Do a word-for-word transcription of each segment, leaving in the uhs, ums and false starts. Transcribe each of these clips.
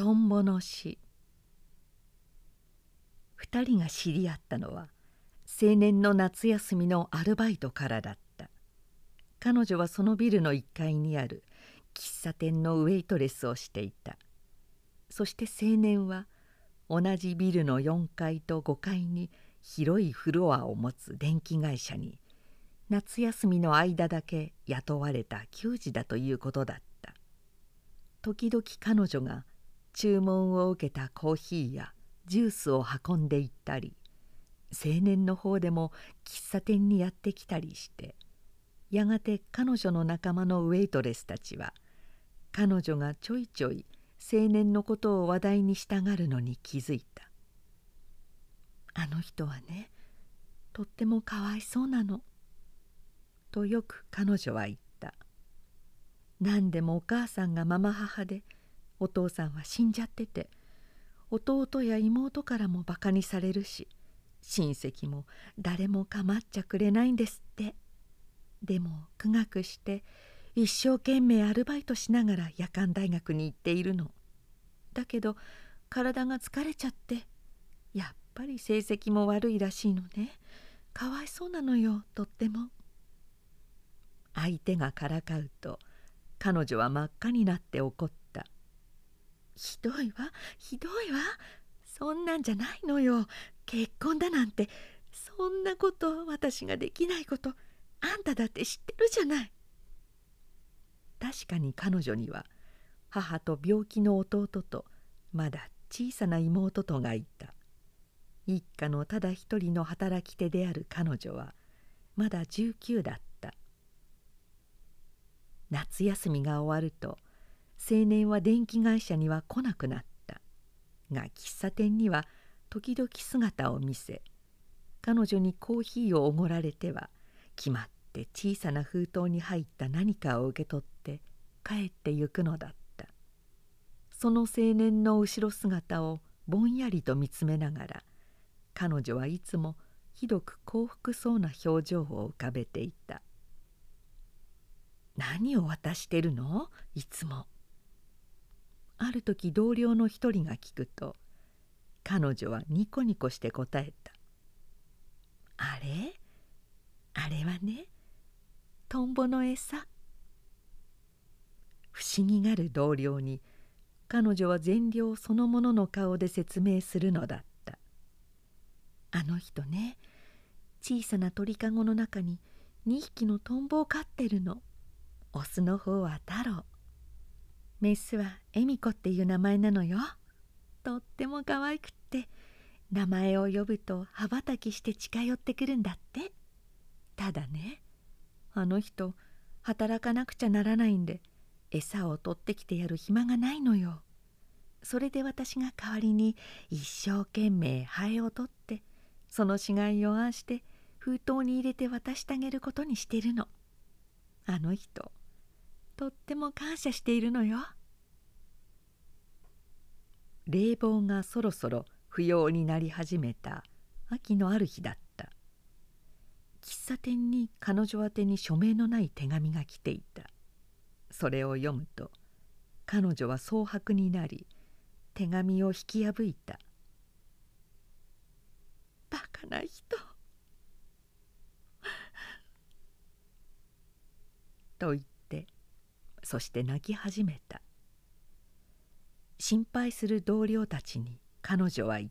トンボの詩。二人が知り合ったのは青年の夏休みのアルバイトからだった。彼女はそのビルのいっかいにある喫茶店のウェイトレスをしていた。そして青年は同じビルのよんかいとごかいに広いフロアを持つ電気会社に夏休みの間だけ雇われた給仕だということだった。時々彼女が注文を受けたコーヒーやジュースを運んでいったり、青年の方でも喫茶店にやってきたりして、やがて彼女の仲間のウェイトレスたちは彼女がちょいちょい青年のことを話題にしたがるのに気づいた。あの人はね、とってもかわいそうなの。とよく彼女は言った。何でもお母さんがママ母で、お父さんは死んじゃってて、弟や妹からもバカにされるし、親戚も誰も構っちゃくれないんですって。でも苦学して一生懸命アルバイトしながら夜間大学に行っているの。だけど体が疲れちゃって、やっぱり成績も悪いらしいのね。かわいそうなのよ、とっても。相手がからかうと彼女は真っ赤になって怒った。ひどいわ、ひどいわ。そんなんじゃないのよ。結婚だなんて、そんなこと私ができないこと、あんただって知ってるじゃない。確かに彼女には母と病気の弟とまだ小さな妹とがいた。一家のただ一人の働き手である彼女はまだじゅうきゅうだった。夏休みが終わると青年は電気会社には来なくなった。が喫茶店には時々姿を見せ、彼女にコーヒーをおごられては決まって小さな封筒に入った何かを受け取って帰ってゆくのだった。その青年の後ろ姿をぼんやりと見つめながら、彼女はいつもひどく幸福そうな表情を浮かべていた。何を渡してるの？いつも。ある時同僚の一人が聞くと、彼女はニコニコして答えた。あれ？あれはね、トンボの餌。不思議がる同僚に彼女は善良そのものの顔で説明するのだった。あの人ね、小さな鳥かごの中ににひきのトンボを飼ってるの。オスの方は太郎、メスは恵美子っていう名前なのよ。とっても可愛くって、名前を呼ぶと羽ばたきして近寄ってくるんだって。ただね、あの人働かなくちゃならないんで餌を取ってきてやる暇がないのよ。それで私が代わりに一生懸命ハエを取って、その死骸をああして封筒に入れて渡してあげることにしてるの。あの人とっても感謝しているのよ。冷房がそろそろ不要になり始めた秋のある日だった。喫茶店に彼女宛てに署名のない手紙が来ていた。それを読むと彼女は蒼白になり、手紙を引き破いた。バカな人と言って、そして泣き始めた。心配する同僚たちに彼女は言った。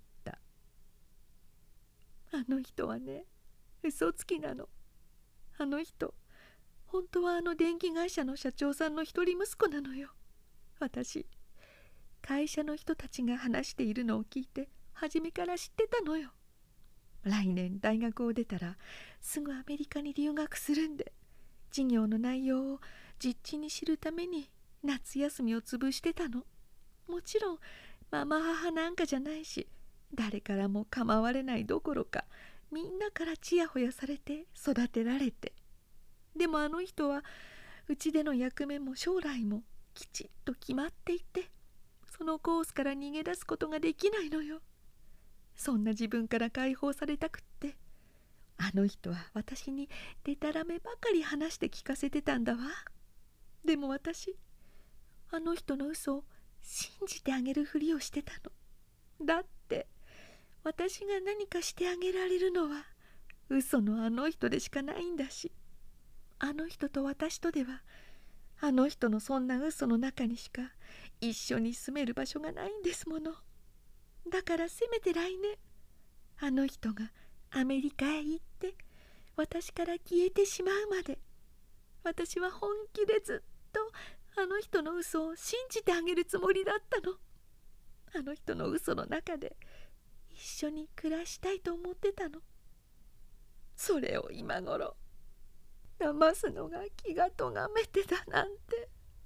あの人はね、嘘つきなの。あの人、本当はあの電気会社の社長さんの一人息子なのよ。私、会社の人たちが話しているのを聞いて初めから知ってたのよ。来年大学を出たらすぐアメリカに留学するんで、授業の内容を実地に知るために夏休みを潰してたの。もちろんママ母なんかじゃないし、誰からも構われないどころか、みんなからちやほやされて育てられて。でもあの人はうちでの役目も将来もきちっと決まっていて、そのコースから逃げ出すことができないのよ。そんな自分から解放されたくって、あの人は私にでたらめばかり話して聞かせてたんだわ。でも私、あの人の嘘を信じてあげるふりをしてたの。だって私が何かしてあげられるのは嘘のあの人でしかないんだし、あの人と私とではあの人のそんな嘘の中にしか一緒に住める場所がないんですもの。だからせめて来年あの人がアメリカへ行って私から消えてしまうまで、私は本気でずっとあの人の嘘を信じてあげるつもりだったの。あの人の嘘の中で一緒に暮らしたいと思ってたの。それを今頃騙すのが気がとがめてたなんて。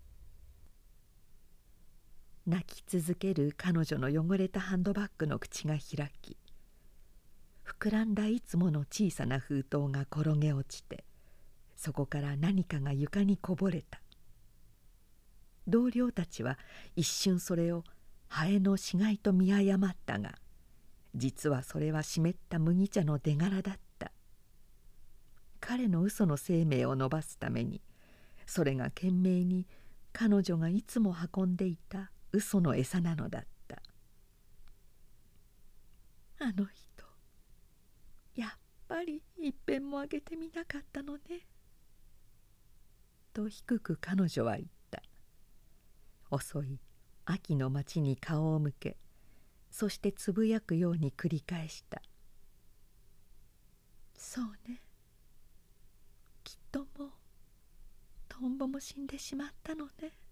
泣き続ける彼女の汚れたハンドバッグの口が開き、膨らんだいつもの小さな封筒が転げ落ちて、そこから何かが床にこぼれた。同僚たちは一瞬それをハエの死骸と見誤ったが、実はそれは湿った麦茶の出殻だった。彼の嘘の生命を伸ばすために、それが懸命に彼女がいつも運んでいた嘘の餌なのだった。あの人、やっぱり一遍もあげてみなかったのね。と低く彼女は言った。遅い秋の街に顔を向け、そしてつぶやくように繰り返した。そうね。きっともうトンボも死んでしまったのね。